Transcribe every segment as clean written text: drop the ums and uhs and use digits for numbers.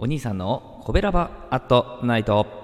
お兄さんのコベラバアットナイト。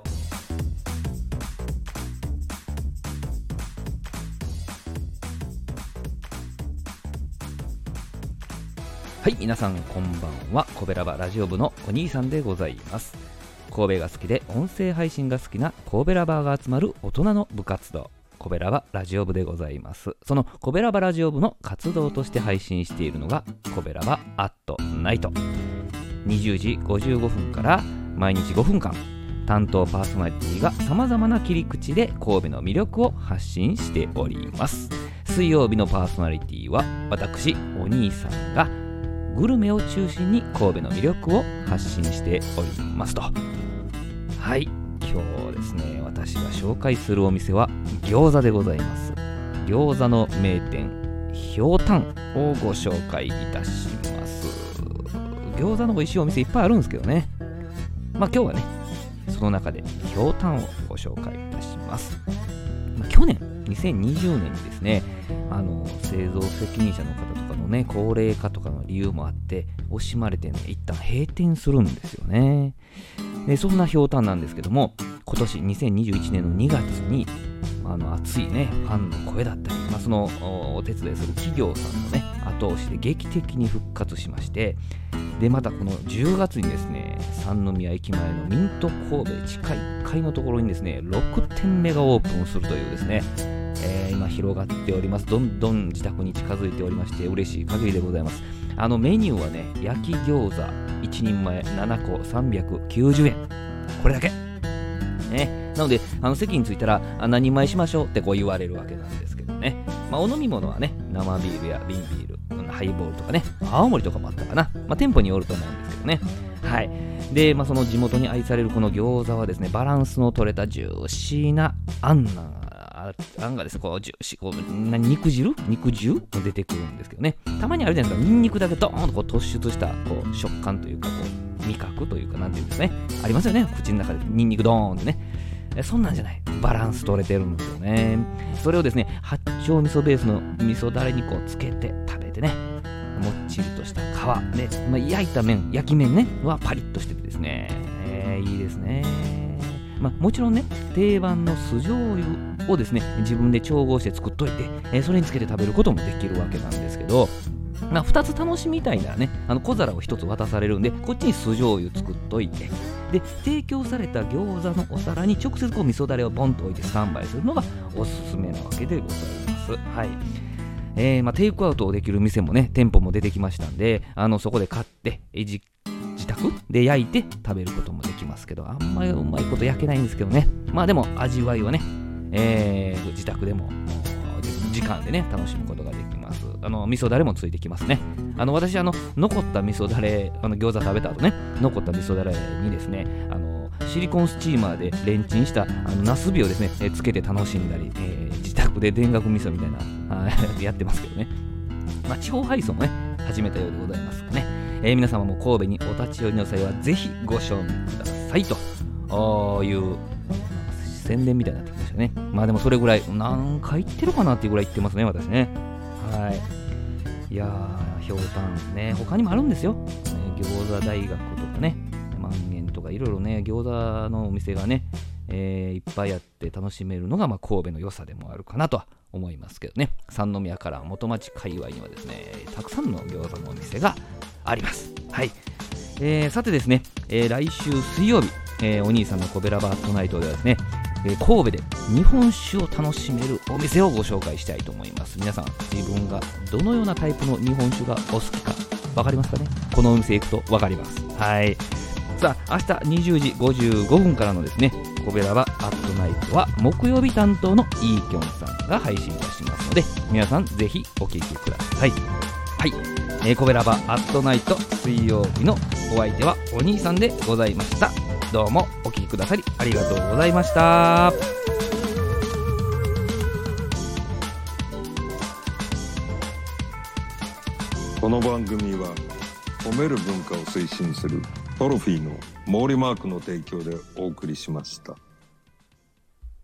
はい、皆さんこんばんは。コベラバラジオ部のお兄さんでございます。神戸が好きで音声配信が好きな神戸ラバーが集まる大人の部活動、コベラバラジオ部でございます。そのコベラバラジオ部の活動として配信しているのがコベラバアットナイト。20時55分から毎日5分間、担当パーソナリティがさまざまな切り口で神戸の魅力を発信しております。水曜日のパーソナリティは私お兄さんがグルメを中心に神戸の魅力を発信しておりますと。はい、今日ですね、私が紹介するお店は餃子でございます。餃子の名店ひょうたんをご紹介いたします。餃子の美味しいお店いっぱいあるんですけどね、今日はねその中でひょうたんをご紹介いたします。去年2020年にですね、製造責任者の方とかのね高齢化とかの理由もあって惜しまれてね一旦閉店するんですよね。でそんなひょうたんなんですけども、今年2021年の2月に熱いねファンの声だったり、そのお手伝いする企業さんのね後押しで劇的に復活しまして、でまたこの10月にですね三宮駅前のミント神戸地下1階のところにですね6店目がオープンするというですね、今広がっております。どんどん自宅に近づいておりまして嬉しい限りでございます。メニューはね焼き餃子1人前7個390円、これだけね。なので席に着いたら何人前しましょうってこう言われるわけなんですけどね、お飲み物はね生ビールや瓶ビール、ハイボールとかね、青森とかもあったかな、店舗によると思うんですけどね。はい。で、その地元に愛されるこの餃子はですね、バランスの取れたジューシーなあんがですね、こうジューシー、こう肉汁も出てくるんですけどね。たまにあるじゃないですか、ニンニクだけドーンとこう突出したこう食感というか、こう味覚というかなんていうんですね、ありますよね。口の中でニンニクドーンってね。そんなんじゃない、バランス取れてるんですよね。それをですね八丁味噌ベースの味噌だれにこうつけて食べてね、もっちりとした皮で、焼いた麺、焼き麺ねはパリッとしててですね、いいですね。もちろんね定番の酢醤油をですね自分で調合して作っといて、それにつけて食べることもできるわけなんですけど、2つ楽しみたいならね小皿を1つ渡されるんで、こっちに酢醤油作っといて、で提供された餃子のお皿に直接こう味噌だれをボンと置いてスタンバイするのがおすすめなわけでございます。はい。テイクアウトできる店もね店舗も出てきましたんで、そこで買って自宅で焼いて食べることもできますけど、あんまりうまいこと焼けないんですけどね。でも味わいはね、自宅でも時間でね楽しむことができます。味噌だれもついてきますね。私残った味噌だれ、餃子食べた後ね残った味噌だれにですねシリコンスチーマーでレンチンしたナスビをですねつけて楽しんだり、自宅で田楽味噌みたいなやってますけどね。地方配送もね始めたようでございますね。皆様も神戸にお立ち寄りの際はぜひご賞味くださいという宣伝みたいになってきましたね。でもそれぐらい何回行ってるかなっていうぐらい行ってますね私ね。はい。いやーひょうたんね他にもあるんですよ。餃子大学とかね万円とかいろいろね餃子のお店がね、いっぱいあって楽しめるのが神戸の良さでもあるかなとは思いますけどね。三宮から元町界隈にはですねたくさんの餃子のお店があります。はい。さてですね、来週水曜日、お兄さんのコベラバートナイトではですね、神戸で日本酒を楽しめるお店をご紹介したいと思います。皆さん自分がどのようなタイプの日本酒がお好きか分かりますかね。このお店行くと分かります。はい。さあ明日20時55分からのですねコベラバアットナイトは木曜日担当のイーキョンさんが配信いたしますので、皆さんぜひお聞きください。はい。コベラバアットナイト水曜日のお相手はお兄さんでございました。どうもお聞きくださりありがとうございました。 この番組は褒める文化を推進するトロフィーの毛利マークの提供でお送りしました。